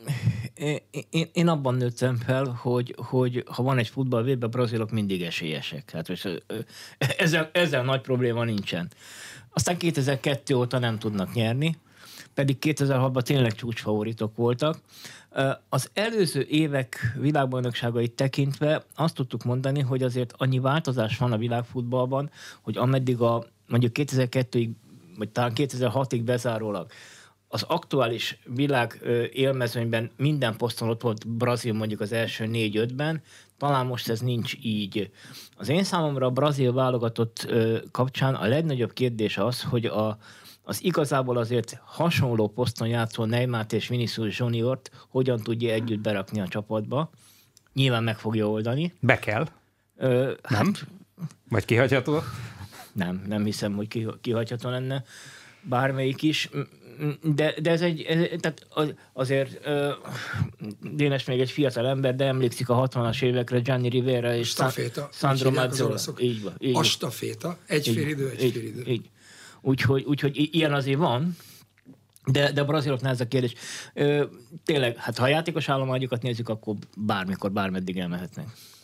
én, én abban nőttem fel, hogy, hogy ha van egy futball vé bé, a brazilok mindig esélyesek. Hát, ezzel, ezzel nagy probléma nincsen. Aztán kétezer-kettő óta nem tudnak nyerni, pedig kétezer-hatban tényleg csúcsfavoritok voltak. Az előző évek világbajnokságait tekintve azt tudtuk mondani, hogy azért annyi változás van a világfutballban, hogy ameddig a mondjuk kétezer-kettőig vagy talán kétezer-hatig bezárólag az aktuális világ élmezőnyben minden poszton ott volt Brazil mondjuk az első négy-ötben, talán most ez nincs így. Az én számomra a brazil válogatott kapcsán a legnagyobb kérdés az, hogy a, az igazából azért hasonló poszton játszó Neymart és Vinicius Juniort hogyan tudja együtt berakni a csapatba. Nyilván meg fogja oldani. Be kell? Ö, nem? Hát, vagy kihagyható? Nem, nem hiszem, hogy kihagyható lenne bármelyik is. De, de ez egy, ez, tehát azért uh, Dénes még egy fiatal ember, de emlékszik a hatvanas évekre Gianni Rivera és staféta, Sandro Mazzola. Így van. Így a staféta, egy fél idő, egy fél idő. Így. Úgyhogy, úgyhogy ilyen azért van, de, de a braziloknál ez a kérdés. Ö, tényleg, hát ha a játékos állományokat nézzük, akkor bármikor, bármeddig elmehetnek.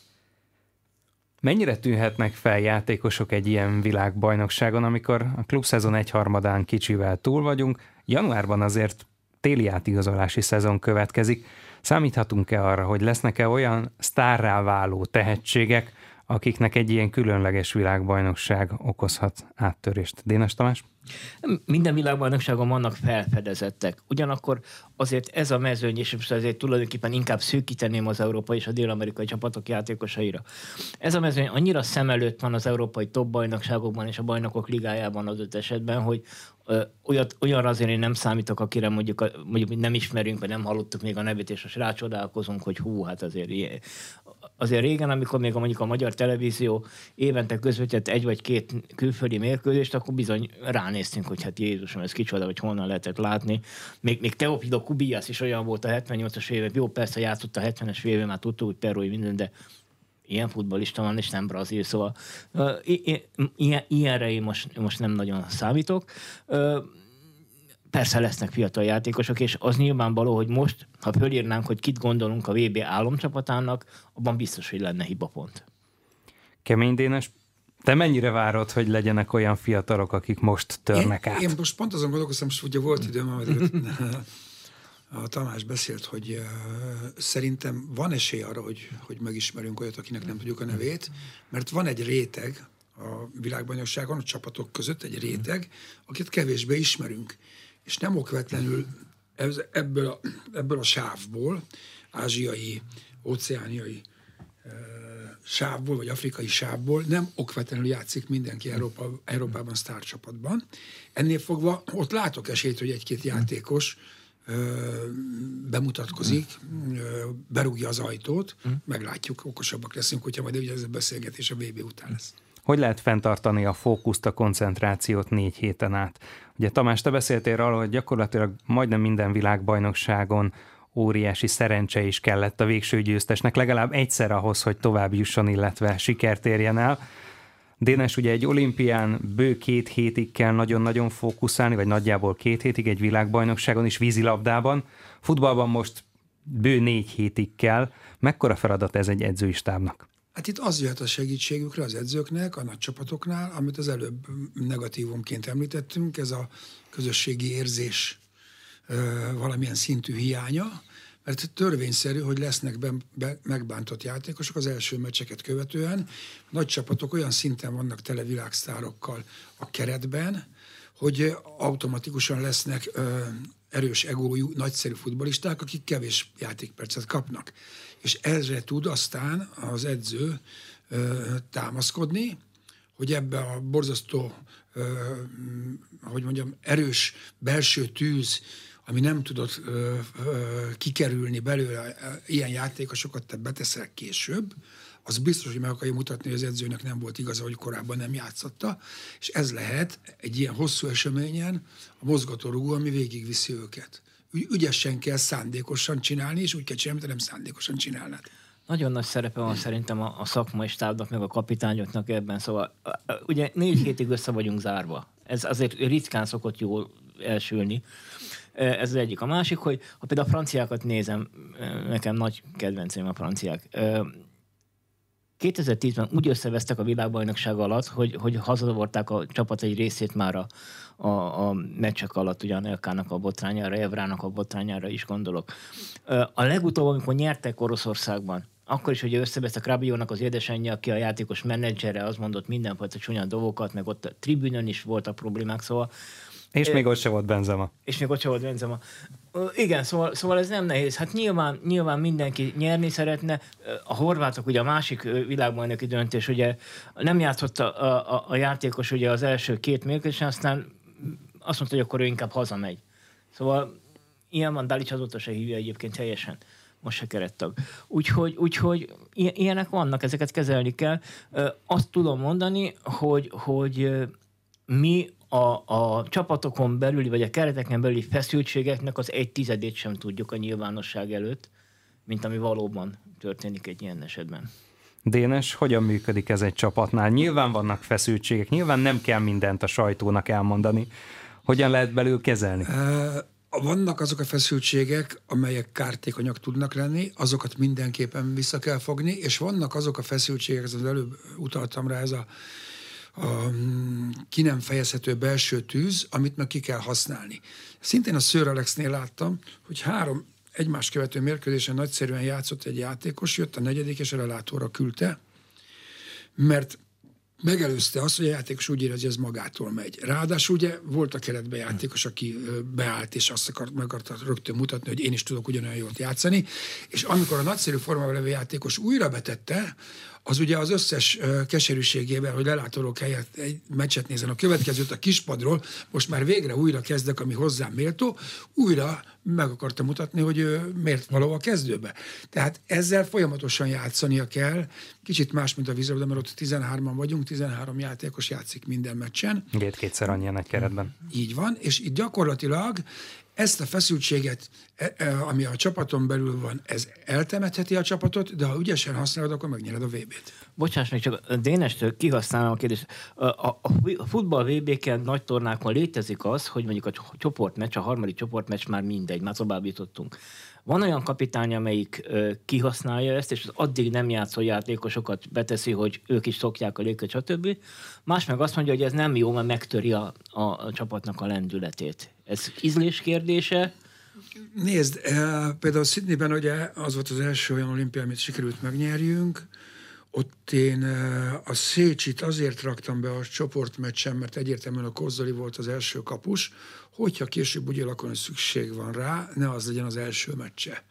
Mennyire tűnhetnek fel játékosok egy ilyen világbajnokságon, amikor a klubszezon egyharmadán kicsivel túl vagyunk, januárban azért téli átigazolási szezon következik. Számíthatunk-e arra, hogy lesznek-e olyan sztárrá váló tehetségek, akiknek egy ilyen különleges világbajnokság okozhat áttörést? Dénes Tamás? Minden világbajnokságon vannak felfedezettek. Ugyanakkor azért ez a mezőny, és azért tulajdonképpen inkább szűkíteném az európai és a dél-amerikai csapatok játékosaira. Ez a mezőny annyira szem előtt van az európai top bajnokságokban és a bajnokok ligájában adott esetben, hogy ö, olyat, olyanra azért én nem számítok, akire mondjuk, mondjuk nem ismerünk, vagy nem hallottuk még a nevét, és most rácsodálkozunk, hogy hú, hát azért ilyen. Azért régen, amikor még a, mondjuk a magyar televízió évente közvetített egy vagy két külföldi mérkőzést, akkor bizony ránéztünk, hogy hát Jézusom, ez kicsoda, vagy honnan lehetett látni. Még, még Teófilo Cubillas is olyan volt a hetvennyolcas évek. Jó, persze játszott a hetvenes évek, már tudtuk, hogy Perui minden, de ilyen futballista van, és nem brazil, szóval uh, ilyen, ilyenre én most, most nem nagyon számítok. Uh, Persze lesznek fiatal játékosok, és az nyilvánvaló, hogy most, ha fölírnánk, hogy kit gondolunk a vé bé álomcsapatának, abban biztos, hogy lenne hibapont. Kemény Dénes, te mennyire várod, hogy legyenek olyan fiatalok, akik most törnek én, át? Én most pont azon gondolkoztam, hogy ugye volt időm, amit a Tamás beszélt, hogy uh, szerintem van esély arra, hogy, hogy megismerünk olyat, akinek nem tudjuk a nevét, mert van egy réteg a világbajnokságon, a csapatok között egy réteg, akit kevésbé ismerünk. És nem okvetlenül ebből a, ebből a sávból, ázsiai, óceániai e, sávból, vagy afrikai sávból nem okvetlenül játszik mindenki Európa, Európában sztárcsapatban. Ennél fogva ott látok esélyt, hogy egy-két játékos e, bemutatkozik, e, berúgja az ajtót, meglátjuk, okosabbak leszünk, hogyha majd ugye ez a beszélgetés a vé bé után lesz. Hogy lehet fenntartani a fókuszt, a koncentrációt négy héten át? Ugye Tamás, te beszéltél arról, hogy gyakorlatilag majdnem minden világbajnokságon óriási szerencse is kellett a végső győztesnek, legalább egyszer ahhoz, hogy tovább jusson, illetve sikert érjen el. Dénes, ugye egy olimpián bő két hétig kell nagyon-nagyon fókuszálni, vagy nagyjából két hétig egy világbajnokságon is vízilabdában. Futballban most bő négy hétig kell. Mekkora feladat ez egy edzői stábnak? Hát itt az jöhet a segítségükre az edzőknek, a nagy csapatoknál, amit az előbb negatívumként említettünk, ez a közösségi érzés ö, valamilyen szintű hiánya, mert törvényszerű, hogy lesznek be, be, megbántott játékosok az első meccseket követően. A nagy csapatok olyan szinten vannak tele világsztárokkal a keretben, hogy automatikusan lesznek ö, erős egójú, nagyszerű futballisták, akik kevés játékpercet kapnak. És ezre tud aztán az edző ö, támaszkodni, hogy ebbe a borzasztó, ö, hogy mondjam, erős belső tűz, ami nem tudott ö, ö, kikerülni belőle, ilyen játékosokat te beteszel később, az biztos, hogy meg akarja mutatni, hogy az edzőnek nem volt igaza, hogy korábban nem játszotta, és ez lehet egy ilyen hosszú eseményen a mozgatórugó, ami végigviszi őket. Ügyesen kell szándékosan csinálni, és úgy kell csinálni, mint nem szándékosan csinálnád. Nagyon nagy szerepe van szerintem a, a szakmai stábnak, meg a kapitányoknak ebben. Szóval ugye négy hétig össze vagyunk zárva. Ez azért ritkán szokott jól elsülni. Ez az egyik. A másik, hogy ha például a franciákat nézem, nekem nagy kedvencem a franciák. kétezer-tízben úgy összevesztek a világbajnokság alatt, hogy, hogy hazazavarták a csapat egy részét már a, a, a meccsek alatt, ugyan Elkának a botrányára, Evrának a botrányára is gondolok. A legutóbb, amikor nyertek Oroszországban, akkor is, hogy összevesztek Rabiónak az édesanyja, aki a játékos menedzsere, az mondott mindenfajta csúnya dolgokat, meg ott a tribünön is voltak problémák, szóval És még ott se volt Benzema. És még ott se volt Benzema. Igen, szóval, szóval ez nem nehéz. Hát nyilván, nyilván mindenki nyerni szeretne. A horvátok, ugye a másik világbajnoki döntés, ugye nem játszott a, a, a játékos ugye az első két mérkőzésen, aztán azt mondta, hogy akkor ő inkább hazamegy. Szóval ilyen van, Dalic azóta se hívja egyébként teljesen. Most se kerettag. Úgyhogy, úgyhogy ilyenek vannak, ezeket kezelni kell. Azt tudom mondani, hogy, hogy mi a, a csapatokon belüli, vagy a kereteken belüli feszültségeknek az egy tizedét sem tudjuk a nyilvánosság előtt, mint ami valóban történik egy ilyen esetben. Dénes, hogyan működik ez egy csapatnál? Nyilván vannak feszültségek, nyilván nem kell mindent a sajtónak elmondani. Hogyan lehet belül kezelni? Vannak azok a feszültségek, amelyek kártékonyak tudnak lenni, azokat mindenképpen vissza kell fogni, és vannak azok a feszültségek, az előbb utaltam rá, ez a, a ki nem fejezhető belső tűz, amit meg ki kell használni. Szintén a Sir Alexnél láttam, hogy három egymás követő mérkőzésen nagyszerűen játszott egy játékos, jött a negyedik, és a relátóra küldte, mert megelőzte azt, hogy a játékos úgy érezi, hogy ez magától megy. Ráadásul ugye volt a keretben játékos, aki beállt, és azt akart, meg akarta rögtön mutatni, hogy én is tudok ugyanolyan jól játszani, és amikor a nagyszerű formában levő játékos újra betette, az ugye az összes uh, keserűségével, hogy lelátóról helyett egy meccset nézen a következőt a kispadról, most már végre újra kezdek, ami hozzám méltó, újra meg akarta mutatni, hogy ő miért való a kezdőbe. Tehát ezzel folyamatosan játszania kell, kicsit más, mint a vízilabda, mert ott tizenhárman vagyunk, tizenhárom játékos játszik minden meccsen. Két-kétszer annyian egy keretben. Így van, és itt gyakorlatilag ezt a feszültséget, ami a csapaton belül van, ez eltemetheti a csapatot, de ha ügyesen használod, akkor megnyered a vé bét. Bocsáss meg, csak a Dénestől kihasználom a kérdést. A, a, a futball vé béken, nagy tornákon létezik az, hogy mondjuk a csoportmeccs, a harmadik csoportmeccs már mindegy, már tovább jutottunk. Van olyan kapitány, amelyik ö, kihasználja ezt, és az addig nem játszó játékosokat beteszi, hogy ők is szokják a légköt, stb. Más meg azt mondja, hogy ez nem jó, mert megtöri a, a, a csapatnak a lendületét. Ez ízlés kérdése? Nézd, például Sydneyben ugye az volt az első olyan olimpia, amit sikerült megnyerjünk. Ott én a Szécsit azért raktam be a csoportmeccsen, mert egyértelműen a Kozzoli volt az első kapus, hogyha később úgy alakul, hogy szükség van rá, ne az legyen az első meccse.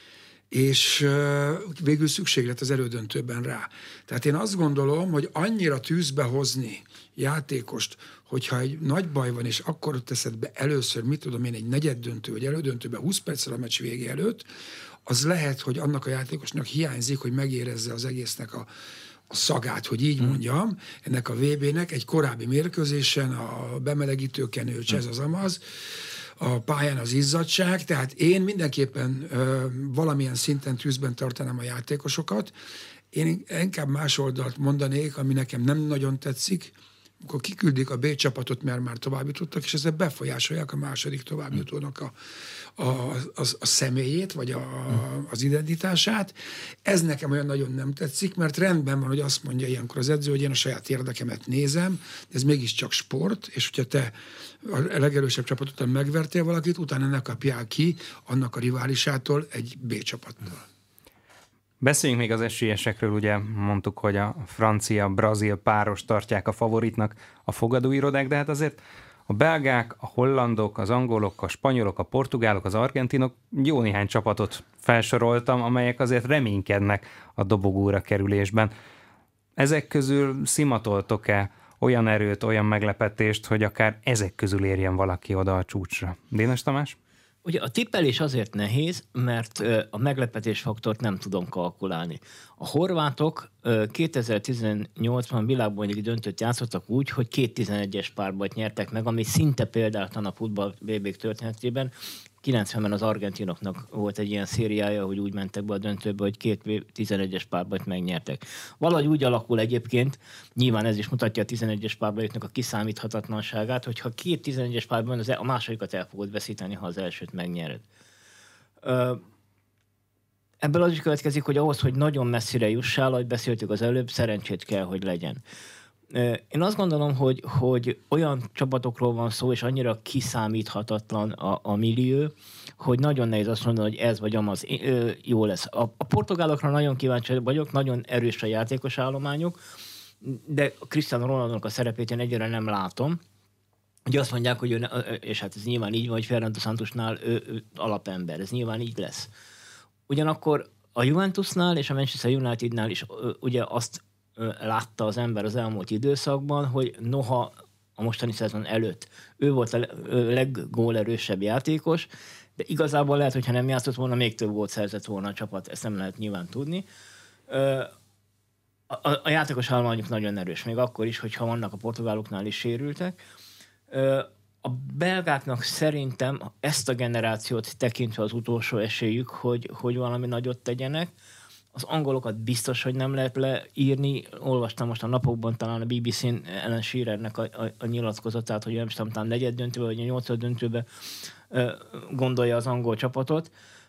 És végül szükség lett az elődöntőben rá. Tehát én azt gondolom, hogy annyira tűzbe hozni játékost, hogyha egy nagy baj van, és akkor teszed be először, mit tudom én, egy negyeddöntő, vagy elődöntőben húsz perccel a meccs vége előtt, az lehet, hogy annak a játékosnak hiányzik, hogy megérezze az egésznek a, a szagát, hogy így mondjam, ennek a vé bének egy korábbi mérkőzésen a bemelegítőkenő, ez az amaz, a pályán az izzadság, tehát én mindenképpen ö, valamilyen szinten tűzben tartanám a játékosokat. Én inkább más oldalt mondanék, ami nekem nem nagyon tetszik, akkor kiküldik a B csapatot, mert már tovább jutottak, és ezzel befolyásolják a második továbbjutónak a, a, a, a személyét, vagy a, az identitását. Ez nekem olyan nagyon nem tetszik, mert rendben van, hogy azt mondja ilyenkor az edző, hogy én a saját érdekemet nézem, de ez mégiscsak sport, és hogyha te a legerősebb csapat után megvertél valakit, utána ne kapjál ki annak a riválisától egy B csapattal. Beszéljünk még az esélyesekről, ugye mondtuk, hogy a francia-brazil páros tartják a favoritnak a fogadóirodák, de hát azért a belgák, a hollandok, az angolok, a spanyolok, a portugálok, az argentinok, jó néhány csapatot felsoroltam, amelyek azért reménykednek a dobogóra kerülésben. Ezek közül szimatoltok-e olyan erőt, olyan meglepetést, hogy akár ezek közül érjen valaki oda a csúcsra? Dénes Tamás? Ugye a tippelés azért nehéz, mert a meglepetésfaktort nem tudom kalkulálni. A horvátok kétezer-tizennyolcban világbajnoki döntőt játszottak úgy, hogy két tizenegyes párbajt nyertek meg, ami szinte példátlan a futball vé bék történetében. kilencvenben az argentinoknak volt egy ilyen szériája, hogy úgy mentek be a döntőbe, hogy két tizenegyes párbajt megnyertek. Valahogy úgy alakul egyébként, nyilván ez is mutatja a tizenegyes párbajoknak a kiszámíthatatlanságát, hogyha két tizenegyes párbajban az a másodikat el fogod veszíteni, ha az elsőt megnyered. Ebből az is következik, hogy ahhoz, hogy nagyon messzire jussál, ahogy beszéltük az előbb, szerencsét kell, hogy legyen. Én azt gondolom, hogy, hogy olyan csapatokról van szó, és annyira kiszámíthatatlan a, a millió, hogy nagyon nehéz azt mondani, hogy ez vagy amaz jó lesz. A, a portugálokra nagyon kíváncsi vagyok, nagyon erős a játékos állományuk, de Cristiano Ronaldónak a szerepét én egyre nem látom. Ugye azt mondják, hogy ő, és hát ez nyilván így van, hogy Fernando Santosnál ő, ő alapember, ez nyilván így lesz. Ugyanakkor a Juventusnál és a Manchester Unitednál is ugye azt látta az ember az elmúlt időszakban, hogy noha a mostani szezon előtt ő volt a leggólerősebb játékos, de igazából lehet, hogyha nem játszott volna, még több gólt szerzett volna a csapat, ezt nem lehet nyilván tudni. A, a, a játékos állományuk nagyon erős, még akkor is, hogyha vannak a portugáloknál is sérültek. A belgáknak szerintem ezt a generációt tekintve az utolsó esélyük, hogy, hogy valami nagyot tegyenek. Az angolokat biztos, hogy nem lehet leírni. Olvastam most a napokban talán a bé bé cén Alan Shearernek a, a, a nyilatkozatát, hogy nem tudom, talán negyed döntőbe, vagy a nyolcad döntőbe gondolja az angol csapatot.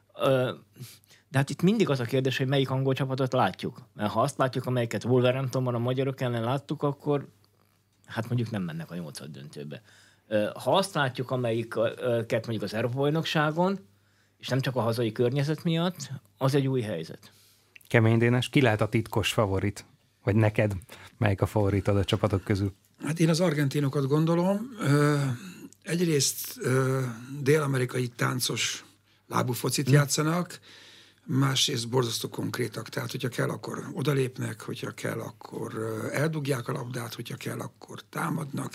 De hát itt mindig az a kérdés, hogy melyik angol csapatot látjuk. Mert ha azt látjuk, amelyiket Wolverhamptonban a magyarok ellen láttuk, akkor hát mondjuk nem mennek a nyolcad döntőbe. Ha azt látjuk, amelyiket mondjuk az Európa-bajnokságon, és nem csak a hazai környezet miatt, az egy új helyzet. Kemény Dénes, ki lehet a titkos favorit? Vagy neked melyik a favoritod a csapatok közül? Hát én az argentinokat gondolom. Egyrészt dél-amerikai táncos lábú focit játszanak, másrészt borzasztó konkrétak. Tehát, hogyha kell, akkor odalépnek, hogyha kell, akkor eldugják a labdát, hogyha kell, akkor támadnak.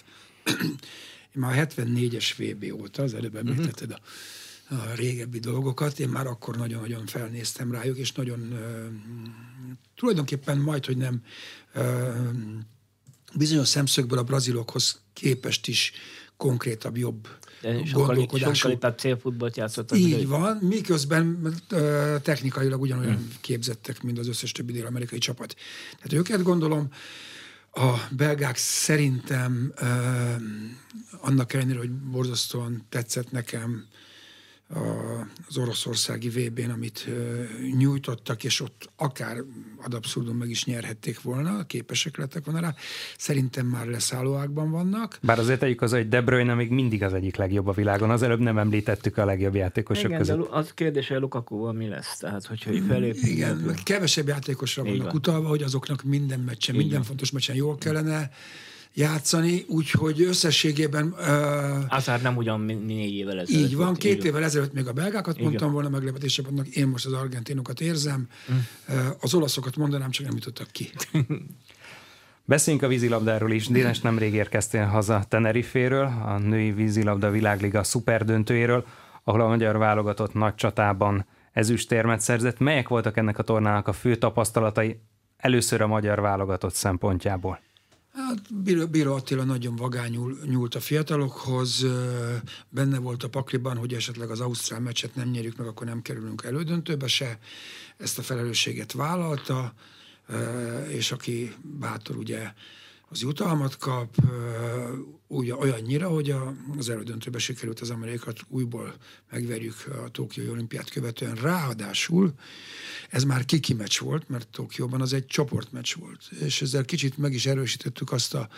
Én már a hetvennégyes vé bé óta, az előbb említetted a, a régebbi dolgokat, én már akkor nagyon-nagyon felnéztem rájuk, és nagyon uh, tulajdonképpen majd, hogy nem uh, bizonyos szemszögből a brazilokhoz képest is konkrétabb, jobb gondolkodású. Sokkal itt a célfutballt játszottak. Így van, miközben uh, technikailag ugyanolyan hmm. képzettek, mint az összes többi dél-amerikai csapat. Tehát őket gondolom. A belgák szerintem uh, annak ellenére, hogy borzasztóan tetszett nekem a, az oroszországi vé bén, amit uh, nyújtottak, és ott akár ad abszurdum meg is nyerhették volna, képesek lettek volna rá. Szerintem már leszállóákban vannak. Bár azért tegyük az, hogy De Bruyne még mindig az egyik legjobb a világon. Az előbb nem említettük a legjobb játékosok igen, között. Igen, de az kérdés, hogy Lukakuval mi lesz? Tehát, hogyha felép... Igen, kevesebb játékosra vannak van. utalva, hogy azoknak minden meccsen, Így minden van. fontos meccsen jól kellene játszani, úgyhogy összességében... Uh, Azár nem ugyan négy évvel ezelőtt. Így van, két évvel ezelőtt még a belgákat így mondtam volna meglepetésebben, én most az argentinokat érzem, mm. uh, az olaszokat mondanám, csak nem jutottak ki. Beszéljünk a vízilabdáról is. Dénes, nemrég érkeztél haza Teneriféről, a női vízilabda világliga szuperdöntőjéről, ahol a magyar válogatott nagy csatában ezüstérmet szerzett. Melyek voltak ennek a tornának a fő tapasztalatai először a magyar válogatott szempontjából? Hát Bíró, Bíró Attila nagyon vagányul nyúlt a fiatalokhoz, benne volt a pakliban, hogy esetleg az ausztrál meccset nem nyerjük meg, akkor nem kerülünk elődöntőbe se. Ezt a felelősséget vállalta, és aki bátor, ugye, az jutalmat kap, ugye olyannyira, hogy az elődöntőbe sikerült az amerikaiakat újból megverjük a Tokiói olimpiát követően. Ráadásul ez már kiki meccs volt, mert Tokióban az egy csoportmeccs volt. És ezzel kicsit meg is erősítettük azt a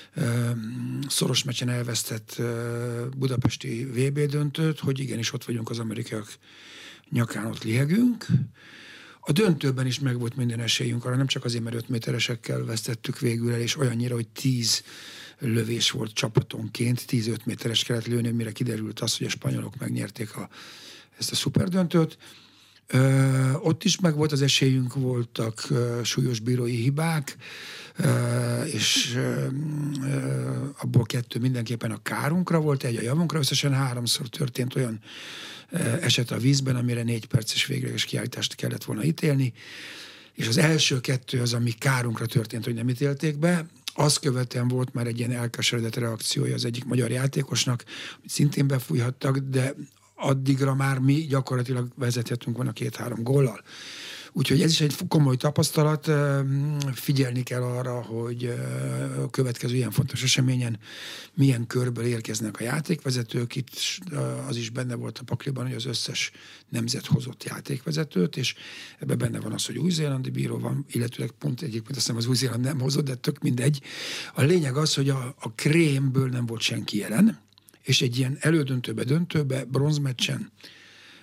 szoros meccsen elvesztett budapesti vé bé döntőt, hogy igenis ott vagyunk az amerikaiak nyakán, ott lihegünk. A döntőben is megvolt minden esélyünk arra, nem csak azért, mert öt méteresekkel vesztettük végül el, és olyannyira, hogy tíz lövés volt csapatonként, tíz öt méteres kellett lőni, mire kiderült az, hogy a spanyolok megnyerték a, ezt a szuperdöntőt. Ö, ott is megvolt az esélyünk, voltak ö, súlyos bírói hibák, ö, és ö, ö, abból kettő mindenképpen a kárunkra volt, egy a javunkra, összesen háromszor történt olyan ö, eset a vízben, amire négy perces végleges kiállítást kellett volna ítélni, és az első kettő az, ami kárunkra történt, hogy nem ítélték be. Azt követően volt már egy ilyen elkeseredett reakciója az egyik magyar játékosnak, amit szintén befújhattak, de addigra már mi gyakorlatilag vezethetünk volna két-három góllal. Úgyhogy ez is egy komoly tapasztalat, figyelni kell arra, hogy a következő ilyen fontos eseményen milyen körből érkeznek a játékvezetők. Itt az is benne volt a pakliban, hogy az összes nemzet hozott játékvezetőt, és ebben benne van az, hogy új-zélandi bíró van, illetőleg pont egyébként azt hiszem az Új-Zéland nem hozott, de tök mindegy. A lényeg az, hogy a, a krémből nem volt senki jelen, és egy ilyen elődöntőbe, döntőbe, bronzmeccsen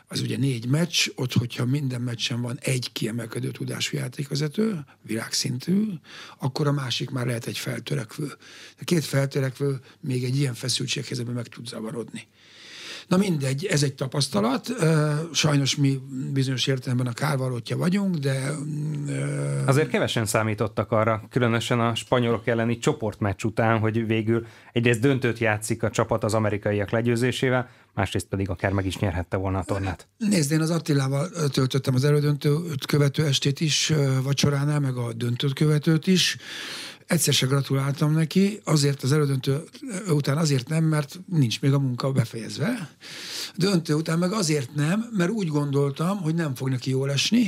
az ugye négy meccs, ott, hogyha minden meccsen van egy kiemelkedő tudású játékvezető, világszintű, akkor a másik már lehet egy feltörekvő. A két feltörekvő még egy ilyen feszültséghelyzetben meg tud zavarodni. Na mindegy, ez egy tapasztalat. Sajnos mi bizonyos értelemben a kárvalótja vagyunk, de... Azért kevesen számítottak arra, különösen a spanyolok elleni csoportmeccs után, hogy végül egyrészt döntőt játszik a csapat az amerikaiak legyőzésével, másrészt pedig akár meg is nyerhette volna a tornát. Nézd, én az Attilával töltöttem az elődöntőt követő estét is vacsoránál, meg a döntőt követőt is. Egyszer se gratuláltam neki, azért az elődöntő után azért nem, mert nincs még a munka befejezve. Döntő után meg azért nem, mert úgy gondoltam, hogy nem fog neki jól esni,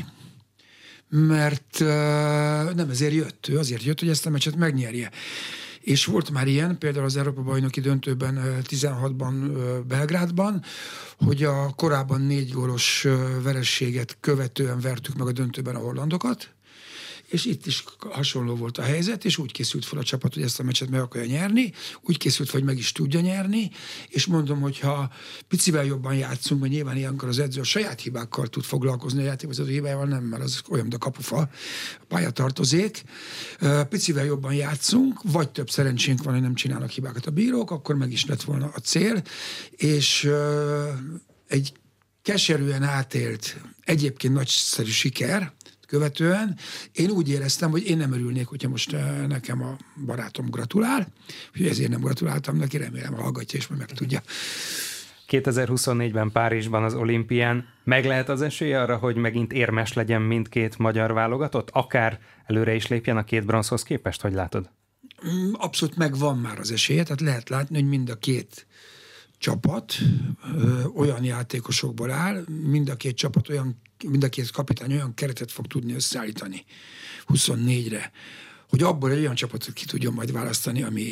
mert uh, nem ezért jött. Ő azért jött, hogy ezt a meccset megnyerje. És volt már ilyen, például az Európa-bajnoki döntőben tizenhatban Belgrádban, hogy a korábban négy gólos verességet követően vertük meg a döntőben a hollandokat, és itt is hasonló volt a helyzet, és úgy készült fel a csapat, hogy ezt a meccset meg akarja nyerni, úgy készült, hogy meg is tudja nyerni, és mondom, hogy ha picivel jobban játszunk, mert nyilván ilyenkor az edző a saját hibákkal tud foglalkozni, a játékvezető hibájával nem, mert az olyan, mint a kapufa, a pályatartozék. Picivel jobban játszunk, vagy több szerencsénk van, hogy nem csinálnak hibákat a bírók, akkor meg is lett volna a cél, és egy keserűen átélt, egyébként nagyszerű siker követően én úgy éreztem, hogy én nem örülnék, hogyha most nekem a barátom gratulál, hogy ezért nem gratuláltam neki, remélem hallgatja és majd megtudja. kétezer-huszonnégyben Párizsban az olimpián meg lehet az esély arra, hogy megint érmes legyen mindkét magyar válogatott? Akár előre is lépjen a két bronzhoz képest, hogy látod? Abszolút megvan már az esélye, tehát lehet látni, hogy mind a két csapat ö, olyan játékosokból áll, mind a két csapat olyan, mind a két kapitány olyan keretet fog tudni összeállítani huszonnégyre, hogy abból egy olyan csapatot ki tudjon majd választani, ami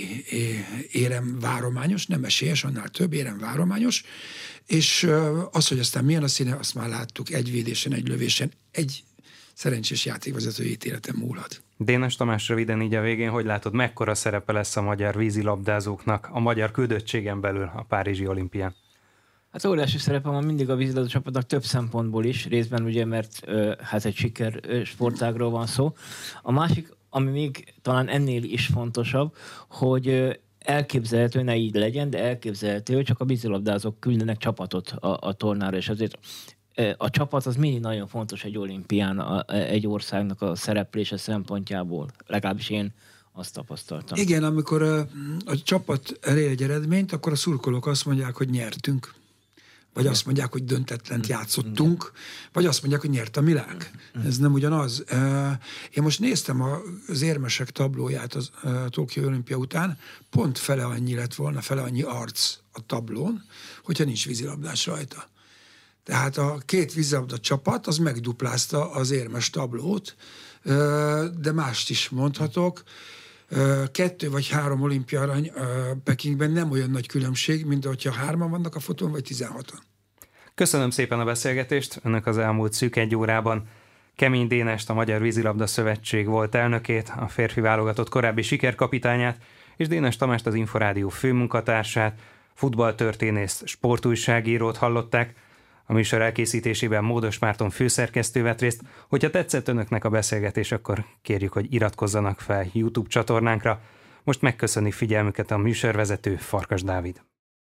érem várományos, nem esélyes, annál több érem várományos, és az, hogy aztán milyen a színe, azt már láttuk egy védésen, egy lövésen, egy szerencsés játékvezető ítéleten múlhat. Dénes Tamás, röviden így a végén, hogy látod, mekkora szerepe lesz a magyar vízilabdázóknak a magyar küldöttségen belül a párizsi olimpián? Hát óriási szerepe van mindig a vízilabda csapatnak több szempontból is, részben ugye, mert hát egy siker sportágról van szó. A másik, ami még talán ennél is fontosabb, hogy elképzelhető, ne így legyen, de elképzelhető, hogy csak a vízilabdázók küldenek csapatot a, a tornára, és azért a csapat az mindig nagyon fontos egy olimpián, a, egy országnak a szereplése szempontjából. Legalábbis én azt tapasztaltam. Igen, amikor a, a csapat elér egy eredményt, akkor a szurkolók azt mondják, hogy nyertünk. Vagy azt mondják, hogy döntetlent játszottunk, vagy azt mondják, hogy nyert a világ. Ez nem ugyanaz. Én most néztem az érmesek tablóját a Tokió olimpia után, pont fele annyi lett volna, fele annyi arc a tablón, hogyha nincs vízilabdás rajta. Tehát a két vízilabda csapat, az megduplázta az érmes tablót, de mást is mondhatok. Kettő vagy három olimpia arany Pekingben nem olyan nagy különbség, mint hogyha hárman vannak a fotón, vagy tizenhatan. Köszönöm szépen a beszélgetést. Önök az elmúlt szűk egy órában Kemény Dénest, a Magyar Vízilabda Szövetség volt elnökét, a férfi válogatott korábbi sikerkapitányát, és Dénes Tamást, az Inforádió főmunkatársát, futballtörténészt, sportújságírót hallották. A műsor elkészítésében Módos Márton főszerkesztő vett részt. Hogyha tetszett önöknek a beszélgetés, akkor kérjük, hogy iratkozzanak fel YouTube csatornánkra. Most megköszöni figyelmüket a műsorvezető, Farkas Dávid.